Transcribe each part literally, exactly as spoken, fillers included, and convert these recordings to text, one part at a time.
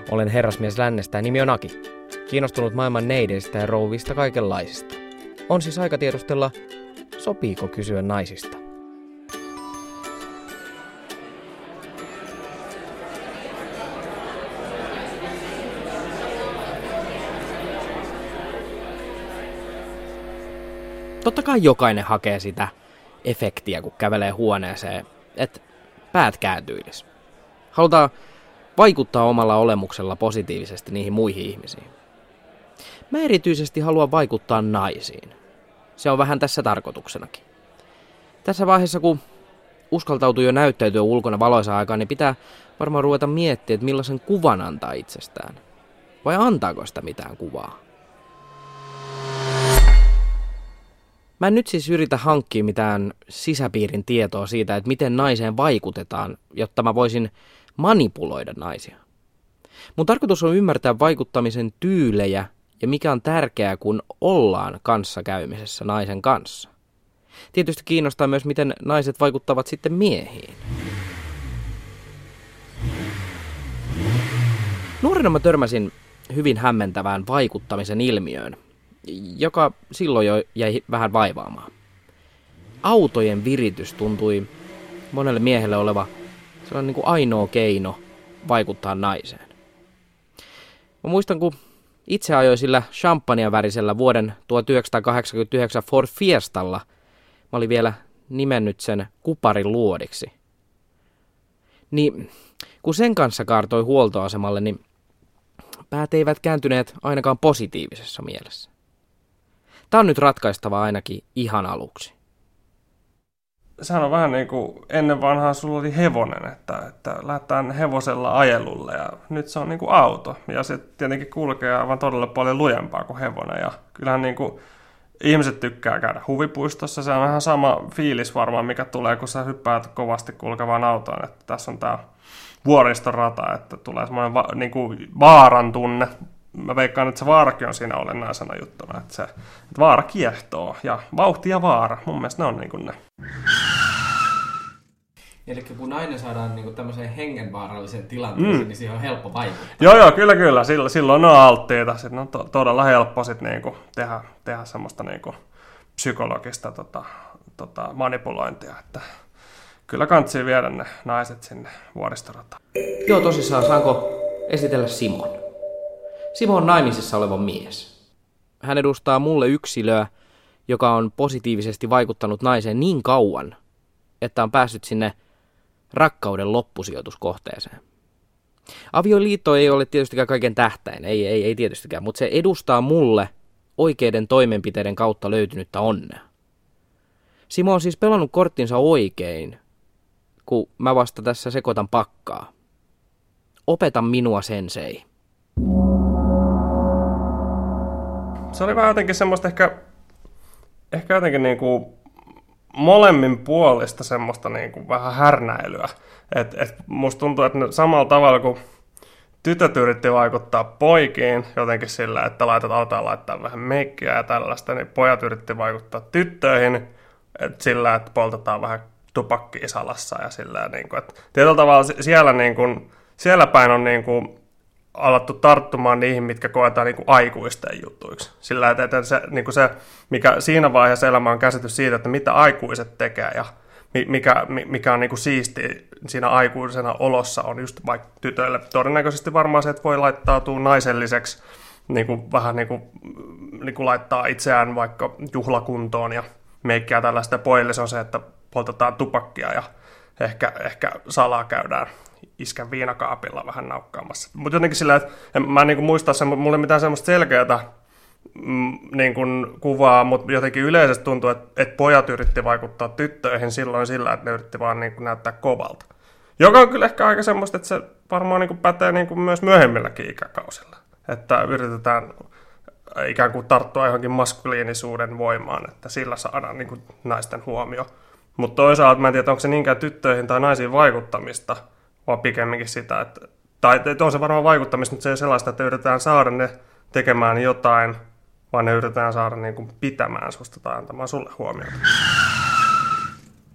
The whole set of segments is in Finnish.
Olen herrasmies lännestä ja nimi on Aki. Kiinnostunut maailman neideistä ja rouvista kaikenlaisista. On siis aika tiedustella, sopiiko kysyä naisista. Totta kai jokainen hakee sitä efektiä, kun kävelee huoneeseen, että päät kääntyisi. Halutaan vaikuttaa omalla olemuksella positiivisesti niihin muihin ihmisiin. Mä erityisesti haluan vaikuttaa naisiin. Se on vähän tässä tarkoituksenakin. Tässä vaiheessa, kun uskaltautuu jo näyttäytyä ulkona valoisa aikaan, niin pitää varmaan ruveta miettiä, että millaisen kuvan antaa itsestään. Vai antaako sitä mitään kuvaa? Mä en nyt siis yritä hankkia mitään sisäpiirin tietoa siitä, että miten naiseen vaikutetaan, jotta mä voisin manipuloida naisia. Mun tarkoitus on ymmärtää vaikuttamisen tyylejä ja mikä on tärkeää, kun ollaan kanssakäymisessä naisen kanssa. Tietysti kiinnostaa myös, miten naiset vaikuttavat sitten miehiin. Nuorena mä törmäsin hyvin hämmentävään vaikuttamisen ilmiöön, joka silloin jo jäi vähän vaivaamaan. Autojen viritys tuntui monelle miehelle oleva sellainen niin kuin ainoa keino vaikuttaa naiseen. Mä muistan, kun itse ajoin sillä champagnen värisellä vuoden tuhatyhdeksänsataakahdeksankymmentäyhdeksän Ford Fiestalla. Mä olin vielä nimennyt sen kuparin luodiksi. Niin kun sen kanssa kaartoi huoltoasemalle, niin päät eivät kääntyneet ainakaan positiivisessa mielessä. Tää on nyt ratkaistava ainakin ihan aluksi. Sehän on vähän niin kuin ennen vanhaa sulla oli hevonen, että, että lähdetään hevosella ajelulle ja nyt se on niin kuin auto. Ja se tietenkin kulkee aivan todella paljon lujempaa kuin hevonen. Ja kyllähän niin kuin ihmiset tykkää käydä huvipuistossa. Se on vähän sama fiilis varmaan, mikä tulee, kun sä hyppäät kovasti kulkevaan autoon. Että tässä on tää vuoristorata, että tulee semmoinen va- niin kuin vaaran tunne. Mä veikkaan, että se vaarakin on siinä olennaisena juttuna, että, se, että vaara kiehtoo ja vauhti ja vaara, mun mielestä ne on niin kuin ne. Eli kun nainen saadaan niin kuin tämmöiseen hengenvaaralliseen tilanteeseen, mm. niin siihen on helppo vaikuttaa. Joo, joo, kyllä, kyllä. Silloin, silloin ne on alttiita. Sitten on to, todella helppo sit niin kuin tehdä, tehdä semmoista niin kuin psykologista tota, tota, manipulointia. Että kyllä kantsii viedä ne naiset sinne vuoristorataan. Joo, tosissaan. Saanko esitellä Simon? Simo on naimisissa oleva mies. Hän edustaa mulle yksilöä, joka on positiivisesti vaikuttanut naiseen niin kauan, että on päässyt sinne rakkauden loppusijoituskohteeseen. Avioliitto ei ole tietystikään kaiken tähtäin, ei, ei, ei tietystikään, mutta se edustaa mulle oikeiden toimenpiteiden kautta löytynyttä onnea. Simo on siis pelannut korttinsa oikein, kun mä vasta tässä sekoitan pakkaa. Opeta minua, sensei. Se oli vähän jotenkin semmoista ehkä, ehkä jotenkin niin kuin molemmin puolista semmoista niin kuin vähän härnäilyä. Et, et musta tuntuu, että samalla tavalla kuin tytöt yritti vaikuttaa poikiin jotenkin sillä, että laitat autoa laittaa vähän meikkiä ja tällaista, niin pojat yritti vaikuttaa tyttöihin et sillä, että poltetaan vähän tupakkia salassa ja sillä, niin kuin, että tietyllä tavalla siellä, niin kuin, siellä päin on niin kuin alettu tarttumaan niihin, mitkä koetaan niin kuin aikuisten jutuiksi. Sillä että se, niin kuin se, mikä siinä vaiheessa elämä on käsitys siitä, että mitä aikuiset tekee ja mikä, mikä on niin kuin siistiä siinä aikuisena olossa on just vaikka tytöille. Todennäköisesti varmaan se, että voi laittautua naiselliseksi, niin kuin vähän niin kuin, niin kuin laittaa itseään vaikka juhlakuntoon ja meikkiä tällaista. Pojille se on se, että poltetaan tupakkia ja ehkä, ehkä salaa käydään iskän viinakaapilla vähän naukkaamassa. Mutta jotenkin sillä, että mä en niin kuin muista, että mulla ei mitään semmoista selkeää mm, niin kuin kuvaa, mutta jotenkin yleisesti tuntuu, että, että pojat yritti vaikuttaa tyttöihin silloin sillä, että ne yritti vaan niin kuin näyttää kovalta. Joka on kyllä ehkä aika semmoista, että se varmaan niin kuin pätee niin kuin myös myöhemmilläkin ikäkausilla. Että yritetään ikään kuin tarttua johonkin maskuliinisuuden voimaan, että sillä saadaan niin kuin naisten huomio. Mutta toisaalta mä en tiedä, onko se niinkään tyttöihin tai naisiin vaikuttamista, vaan pikemminkin sitä, että, tai että on se varmaan vaikuttamista, mutta se ei sellaista, että yritetään saada ne tekemään jotain, vaan ne yritetään saada niin kuin pitämään susta tai antamaan sulle huomiota.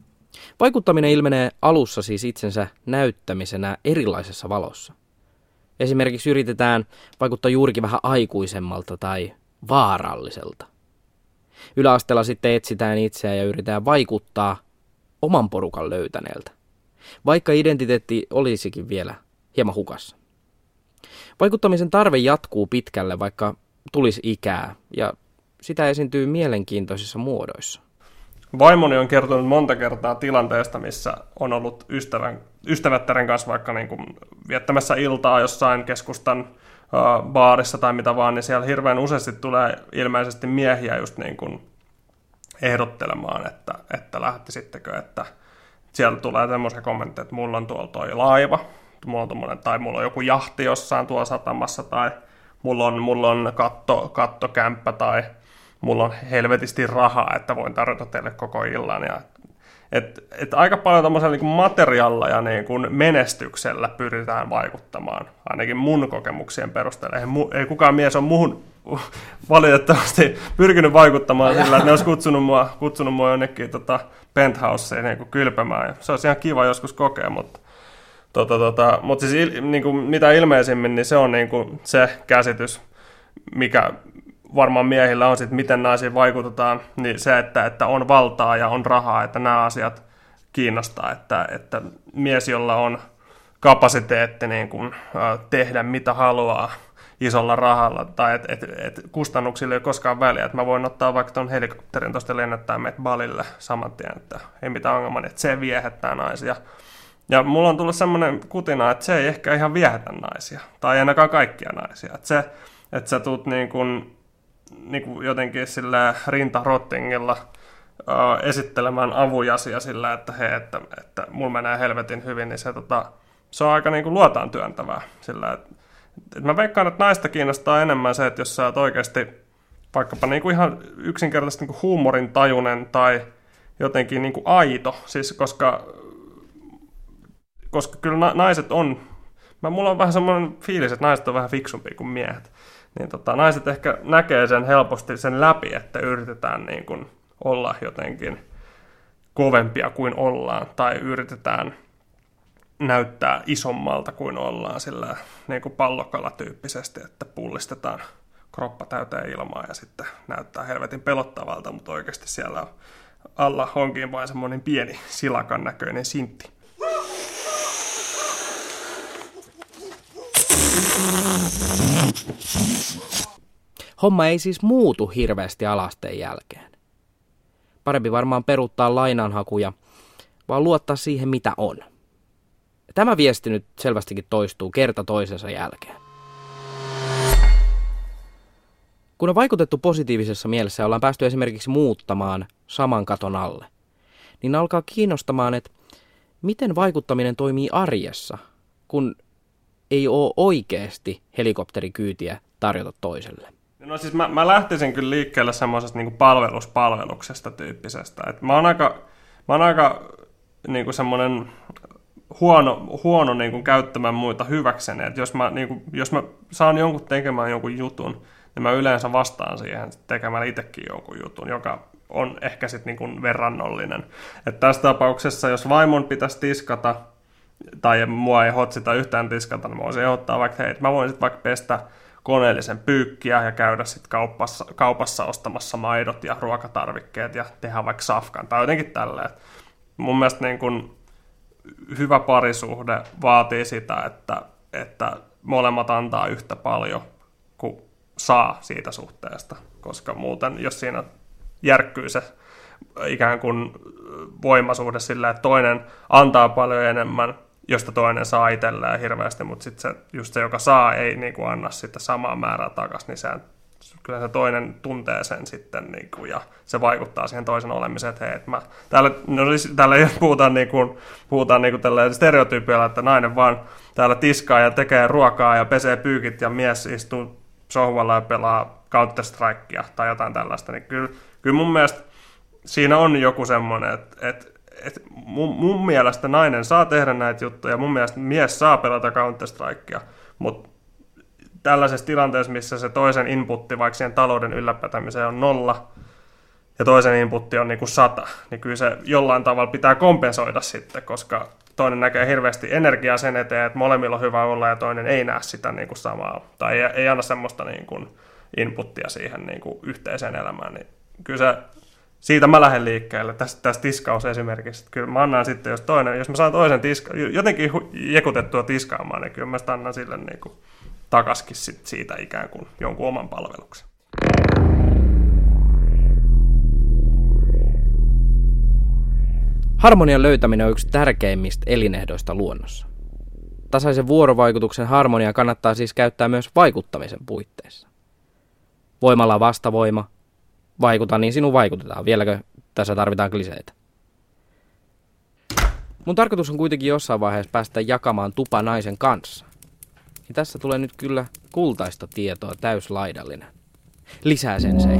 Vaikuttaminen ilmenee alussa siis itsensä näyttämisenä erilaisessa valossa. Esimerkiksi yritetään vaikuttaa juurikin vähän aikuisemmalta tai vaaralliselta. Yläasteella sitten etsitään itseä ja yritetään vaikuttaa oman porukan löytäneeltä, vaikka identiteetti olisikin vielä hieman hukassa. Vaikuttamisen tarve jatkuu pitkälle, vaikka tulisi ikää, ja sitä esiintyy mielenkiintoisissa muodoissa. Vaimoni on kertonut monta kertaa tilanteesta, missä on ollut ystävän, ystävättären kanssa vaikka niin kuin viettämässä iltaa jossain keskustan uh, baarissa tai mitä vaan, niin siellä hirveän useasti tulee ilmeisesti miehiä just niin kuin ehdottelemaan, että, että lähtisittekö, että siellä tulee semmoisia kommentteja, että mulla on tuolla toi laiva, mulla on tai mulla on joku jahti jossain tuolla satamassa, tai mulla on, mulla on katto, kattokämppä, tai mulla on helvetisti rahaa, että voin tarjota teille koko illan. Ja, et, et aika paljon tämmöisellä niin materiaalilla ja niin kuin menestyksellä pyritään vaikuttamaan, ainakin mun kokemuksien perusteella. Ei, ei kukaan mies ole muuhun valitettavasti pyrkinyt vaikuttamaan sillä, että ne olisi kutsunut mua, kutsunut mua jonnekin tota, penthouseen niin kuin kylpemään. Ja se olisi ihan kiva joskus kokea, mutta Tota, tota, mutta siis il, niin kuin mitä ilmeisimmin, niin se on niin kuin se käsitys, mikä varmaan miehillä on sitten, miten naisiin vaikutetaan, niin se, että, että on valtaa ja on rahaa, että nämä asiat kiinnostaa, että, että mies, jolla on kapasiteetti niin kuin, ä, tehdä mitä haluaa isolla rahalla, tai että et, et kustannuksille ei ole koskaan väliä, että mä voin ottaa vaikka tuon helikopterin tuosta lennättää meitä Balille saman tien, että ei mitään ongelmaa, että se viehättää naisia. Ja mulla on tullut semmoinen kutina, että se ei ehkä ihan viehätä naisia, tai ainakaan kaikkia naisia. Että se, että sä tuut niin kuin, niin kuin jotenkin sillä rintarottingilla uh, esittelemään avujasia sillä, että hei, että, että mulla menee helvetin hyvin, niin se, tota, se on aika niin kuin luotaan työntävää. Sillä, että, että mä veikkaan, että naista kiinnostaa enemmän se, että jos sä oot oikeasti vaikkapa niin kuin ihan yksinkertaisesti niin kuin huumorin tajunen tai jotenkin niin kuin aito, siis koska Koska kyllä na- naiset on, mä, mulla on vähän semmoinen fiilis, että naiset on vähän fiksumpia kuin miehet. Niin tota, naiset ehkä näkee sen helposti sen läpi, että yritetään niin kuin olla jotenkin kovempia kuin ollaan. Tai yritetään näyttää isommalta kuin ollaan sillä niin kuin pallokalatyyppisesti, että pullistetaan kroppa täyteen ilmaa ja sitten näyttää helvetin pelottavalta, mutta oikeasti siellä alla onkin vain semmoinen pieni silakan näköinen sintti. Homma ei siis muutu hirveästi alasteen jälkeen. Parempi varmaan peruuttaa lainanhakuja, vaan luottaa siihen mitä on. Tämä viesti nyt selvästikin toistuu kerta toisensa jälkeen. Kun on vaikutettu positiivisessa mielessä ja ollaan päästy esimerkiksi muuttamaan saman katon alle, niin alkaa kiinnostamaan, että miten vaikuttaminen toimii arjessa, kun ei ole oikeasti helikopterikyytiä tarjota toiselle. No siis mä, mä lähtisin kyllä liikkeelle semmoisesta niinku palveluspalveluksesta tyyppisestä. Et mä oon aika, mä oon aika niinku semmoinen huono, huono niinku käyttämään muita hyväkseni. Et jos, mä, niinku, jos mä saan jonkun tekemään jonkun jutun, niin mä yleensä vastaan siihen tekemällä itsekin jonkun jutun, joka on ehkä sitten niinku verrannollinen. Et tässä tapauksessa, jos vaimon pitäisi tiskata, tai mua ei hotsita yhtään tiskata, niin mä voisin ottaa vaikka, hei, mä voin sitten vaikka pestä koneellisen pyykkiä ja käydä sitten kaupassa, kaupassa ostamassa maidot ja ruokatarvikkeet ja tehdä vaikka safkan tai jotenkin tälleen. Mun mielestä niin kun hyvä parisuhde vaatii sitä, että, että molemmat antaa yhtä paljon kuin saa siitä suhteesta, koska muuten jos siinä järkkyy se ikään kuin voimasuhde sillä, että toinen antaa paljon enemmän, josta toinen saa itselleen hirveästi, mutta sitten se, just se, joka saa, ei niin kuin anna sitä samaa määrää takaisin, niin se, kyllä se toinen tuntee sen sitten, niin kuin, ja se vaikuttaa siihen toisen olemiseen, että hei, että mä, täällä, no siis, täällä puhutaan, niin kuin, puhutaan niin kuin stereotyypialla, että nainen vaan täällä tiskaa ja tekee ruokaa ja pesee pyykit ja mies istuu sohvalla ja pelaa Counter-Strikea tai jotain tällaista, niin kyllä, kyllä mun mielestä siinä on joku semmoinen, että, että, että mun, mun mielestä nainen saa tehdä näitä juttuja, mun mielestä mies saa pelata Counter-Strikea, mutta tällaisessa tilanteessa, missä se toisen inputti vaikka siihen talouden ylläpitämiseen on nolla, ja toisen inputti on niin kuin sata, niin kyllä se jollain tavalla pitää kompensoida sitten, koska toinen näkee hirveästi energiaa sen eteen, että molemmilla on hyvä olla ja toinen ei näe sitä niin kuin samaa, tai ei, ei anna semmoista niin kuin inputtia siihen niin kuin yhteiseen elämään, niin kyllä se, siitä mä lähden liikkeelle, tästä, tästä tiskaus esimerkiksi. Kyllä mä annan sitten, jos, toinen, jos mä saan toisen tiska, jotenkin jekutettua tiskaamaan, niin kyllä mä sitä annan sille niin kuin takaskin sit siitä ikään kuin jonkun oman palveluksen. Harmonian löytäminen on yksi tärkeimmistä elinehdoista luonnossa. Tasaisen vuorovaikutuksen harmonia kannattaa siis käyttää myös vaikuttamisen puitteissa. Voimalla vastavoima. Vaikuta, niin sinun vaikutetaan. Vieläkö tässä tarvitaan kliseitä? Mun tarkoitus on kuitenkin jossain vaiheessa päästä jakamaan tupa naisen kanssa. Ja tässä tulee nyt kyllä kultaista tietoa täyslaidallinen. Lisää sensei.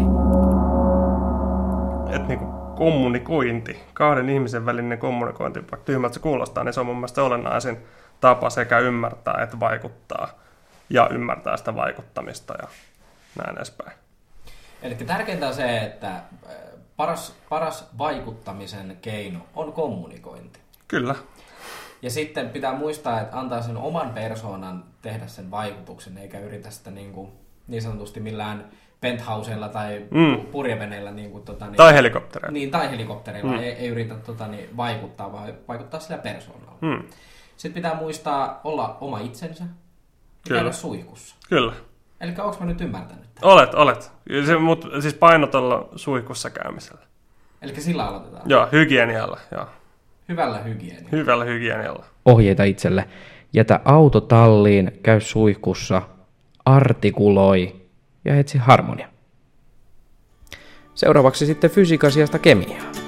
Et niinku kommunikointi, kahden ihmisen välinen kommunikointi, vaikka tyhmältä se kuulostaa, niin se on mun mielestä olennaisin tapa sekä ymmärtää että vaikuttaa. Ja ymmärtää sitä vaikuttamista ja näin edespäin. Eli tärkeintä on se, että paras, paras vaikuttamisen keino on kommunikointi. Kyllä. Ja sitten pitää muistaa, että antaa sen oman persoonan tehdä sen vaikutuksen, eikä yritä sitä niin, kuin, niin sanotusti millään penthouseilla tai mm. purjeveneillä. Niin kuin, tota, niin, tai helikoptereilla. Niin, tai helikoptereilla. Mm. Ei, ei yritä tota, niin, vaikuttaa, vaan vaikuttaa sillä persoonalla. Mm. Sitten pitää muistaa olla oma itsensä ja käydä suihkussa. Kyllä. Eli onko mä nyt ymmärtänyt tämän? Olet, olet. Se, mut, siis painotella suihkussa käymisellä. Eli sillä aloitetaan? Joo, hygienialla. Joo. Hyvällä hygienialla. Hyvällä hygienialla. Ohjeita itselle. Jätä auto talliin, käy suihkussa, artikuloi ja etsi harmonia. Seuraavaksi sitten fysiikan sijasta kemiaa.